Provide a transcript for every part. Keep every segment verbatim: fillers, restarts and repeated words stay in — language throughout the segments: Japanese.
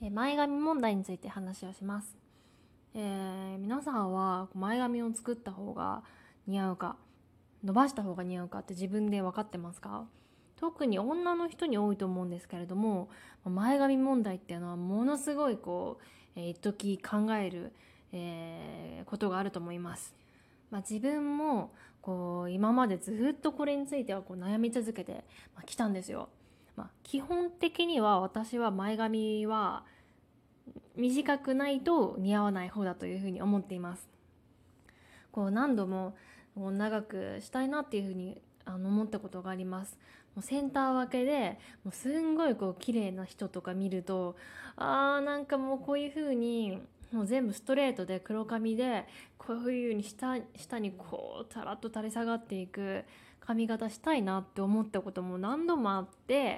えー前髪問題について話をします。えー皆さんは前髪を作った方が似合うか、伸ばした方が似合うかって自分で分かってますか？特に女の人に多いと思うんですけれども、前髪問題っていうのはものすごいこう、えー一時考える、えーことがあると思います。まあ、自分もこう今までずっとこれについてはこう悩み続けてきたんですよ。まあ、基本的には私は前髪は短くないと似合わない方だというふうに思っています。こう何度ももう長くしたいなっていうふうにあの思ったことがあります。もうセンター分けでもうすんごいこう綺麗な人とか見ると、あーなんかもうこういうふうにもう全部ストレートで黒髪でこういうふうに下下にこうたらっと垂れ下がっていく髪型したいなって思ったことも何度もあって、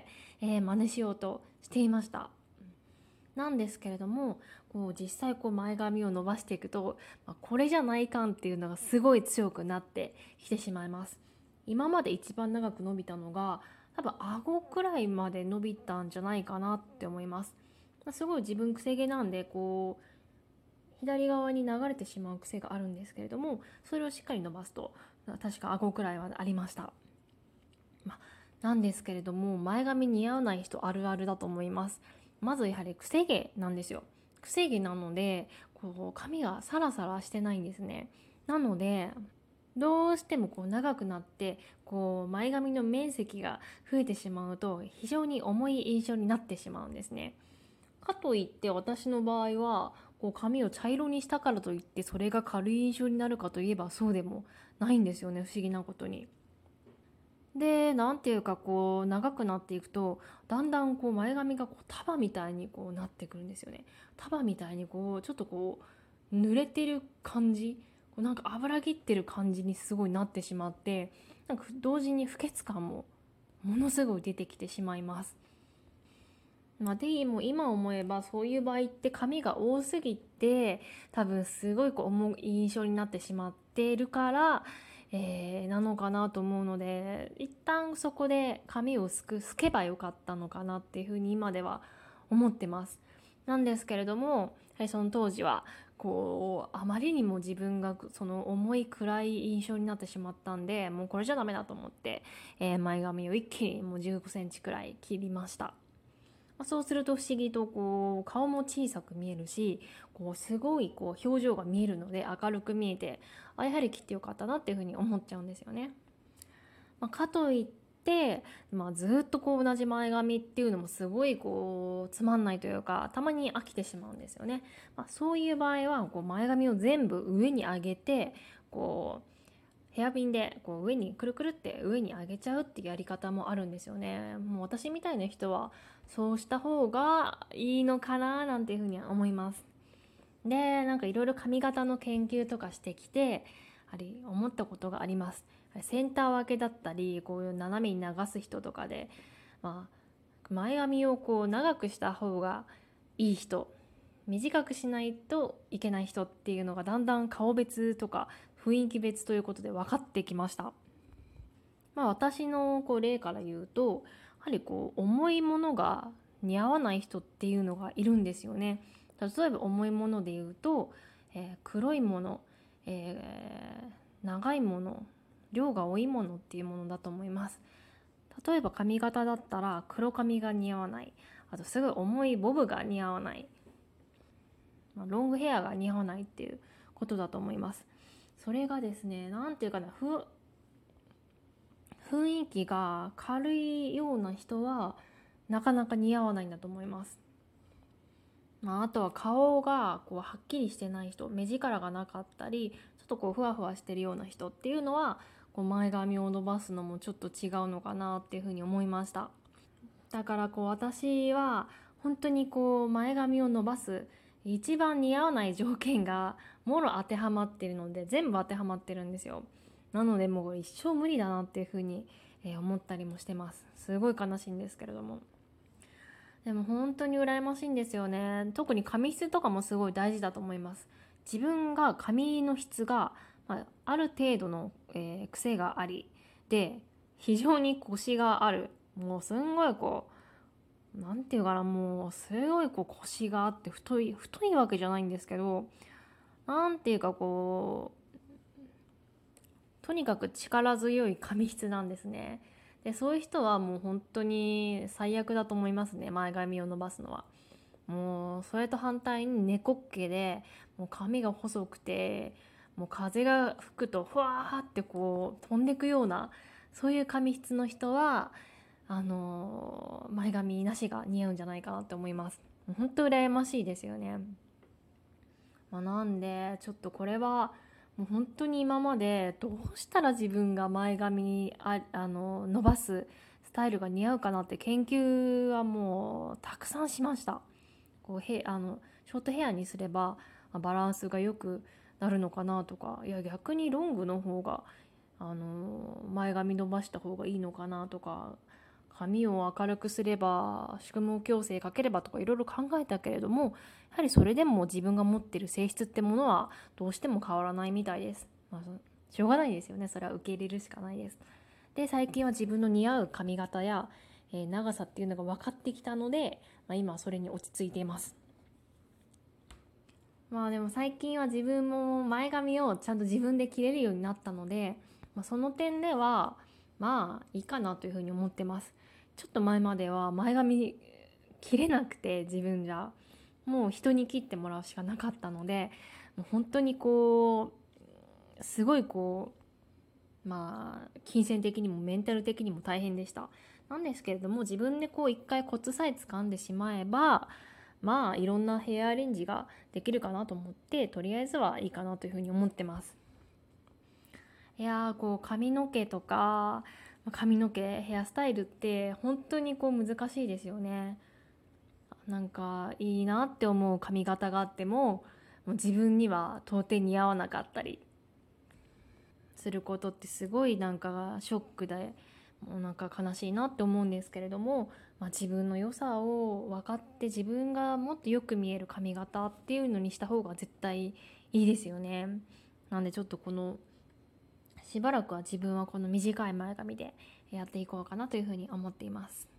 えー真似しようとしていました。なんですけれども、こう実際こう前髪を伸ばしていくと、まあ、これじゃないかんっていうのがすごい強くなってきてしまいます。今まで一番長く伸びたのが多分顎くらいまで伸びたんじゃないかなって思います。すごい自分癖毛なんでこう左側に流れてしまう癖があるんですけれども、それをしっかり伸ばすと確か顎くらいはありました。まあ、なんですけれども、前髪似合わない人あるあるだと思います。まずやはり癖毛なんですよ。癖毛なのでこう髪がサラサラしてないんですね。なのでどうしてもこう長くなってこう前髪の面積が増えてしまうと非常に重い印象になってしまうんですね。かといって私の場合はこう髪を茶色にしたからといってそれが軽い印象になるかといえばそうでもないんですよね、不思議なことに。で、なんていうかこう長くなっていくとだんだんこう前髪がこう束みたいにこうなってくるんですよね。束みたいにこうちょっとこう濡れてる感じ、こうなんか油ぎってる感じにすごいなってしまって、なんか同時に不潔感もものすごい出てきてしまいます。まあ、でも今思えばそういう場合って髪が多すぎて多分すごいこう重い印象になってしまっているから、えーなのかなと思うので、一旦そこで髪をすくすけばよかったのかなっていうふうに今では思ってます。なんですけれども、はい、その当時はこうあまりにも自分がその重い暗い印象になってしまったんで、もうこれじゃダメだと思って、えー前髪を一気にもうじゅうごセンチくらい切りました。そうすると不思議とこう顔も小さく見えるし、こうすごいこう表情が見えるので明るく見えて、あ、やはり切ってよかったなっていうふうに思っちゃうんですよね。まあ、かといって、まあ、ずっとこう同じ前髪っていうのもすごいこうつまんないというか、たまに飽きてしまうんですよね。まあ、そういう場合はこう前髪を全部上に上げてこうヘアピンでこう上にくるくるって上に上げちゃうっていうやり方もあるんですよね。もう私みたいな人はそうした方がいいのかななんていうふうには思います。で、なんかいろいろ髪型の研究とかしてきて、やはり思ったことがあります。センター分けだったりこういう斜めに流す人とかで、まあ、前髪をこう長くした方がいい人、短くしないといけない人っていうのがだんだん顔別とか雰囲気別ということで分かってきました。まあ、私のこう例から言うと、やはりこう重いものが似合わない人っていうのがいるんですよね。例えば重いもので言うと、えー黒いもの、えー長いもの、量が多いものっていうものだと思います。例えば髪型だったら黒髪が似合わない、あとすごい重いボブが似合わない、まあ、ロングヘアが似合わないっていうことだと思います。それがですね、なんていうかな、ふ雰囲気が軽いような人はなかなか似合わないんだと思います。まあ、あとは顔がこうはっきりしてない人、目力がなかったりちょっとこうふわふわしてるような人っていうのはこう前髪を伸ばすのもちょっと違うのかなっていうふうに思いました。だからこう私は本当にこう前髪を伸ばす一番似合わない条件がもろ当てはまってるので、全部当てはまってるんですよ。なのでもう一生無理だなっていうふうに思ったりもしてます。すごい悲しいんですけれども、でも本当に羨ましいんですよね。特に髪質とかもすごい大事だと思います。自分が髪の質が、まあ、ある程度の、えー癖がありで非常にコシがある、もうすんごいこうなんていうかな、もうすごいこう腰があって太い太いわけじゃないんですけど、なんていうかこうとにかく力強い髪質なんですね。でそういう人はもう本当に最悪だと思いますね、前髪を伸ばすのは。もうそれと反対に猫っ毛で、もう髪が細くて、もう風が吹くとふわーってこう飛んでくような、そういう髪質の人はあのー前髪なしが似合うんじゃないかなって思います。本当羨ましいですよね。まあ、なんでちょっとこれはもう本当に今までどうしたら自分が前髪ああの伸ばすスタイルが似合うかなって研究はもうたくさんしました。こうへあのショートヘアにすればバランスが良くなるのかなとか、いや逆にロングの方があの前髪伸ばした方がいいのかなとか、髪を明るくすれば宿毛矯正かければとかいろいろ考えたけれども、やはりそれでも自分が持ってる性質ってものはどうしても変わらないみたいです。まあ、しょうがないですよね。それは受け入れるしかないです。で最近は自分の似合う髪型や、えー長さっていうのが分かってきたので、まあ、今はそれに落ち着いています。まあでも最近は自分も前髪をちゃんと自分で切れるようになったので、まあ、その点ではまあいいかなというふうに思ってます。ちょっと前までは前髪切れなくて、自分じゃもう人に切ってもらうしかなかったので、もう本当にこうすごいこうまあ金銭的にもメンタル的にも大変でした。なんですけれども、自分でこう一回コツさえ掴んでしまえば、まあいろんなヘアアレンジができるかなと思って、とりあえずはいいかなというふうに思ってます。いやーこう髪の毛とか髪の毛ヘアスタイルって本当にこう難しいですよね。なんかいいなって思う髪型があっても、もう自分には到底似合わなかったりすることってすごいなんかショックで、もうなんか悲しいなって思うんですけれども、まあ、自分の良さを分かって自分がもっとよく見える髪型っていうのにした方が絶対いいですよね。なんでちょっとこのしばらくは自分はこの短い前髪でやっていこうかなというふうに思っています。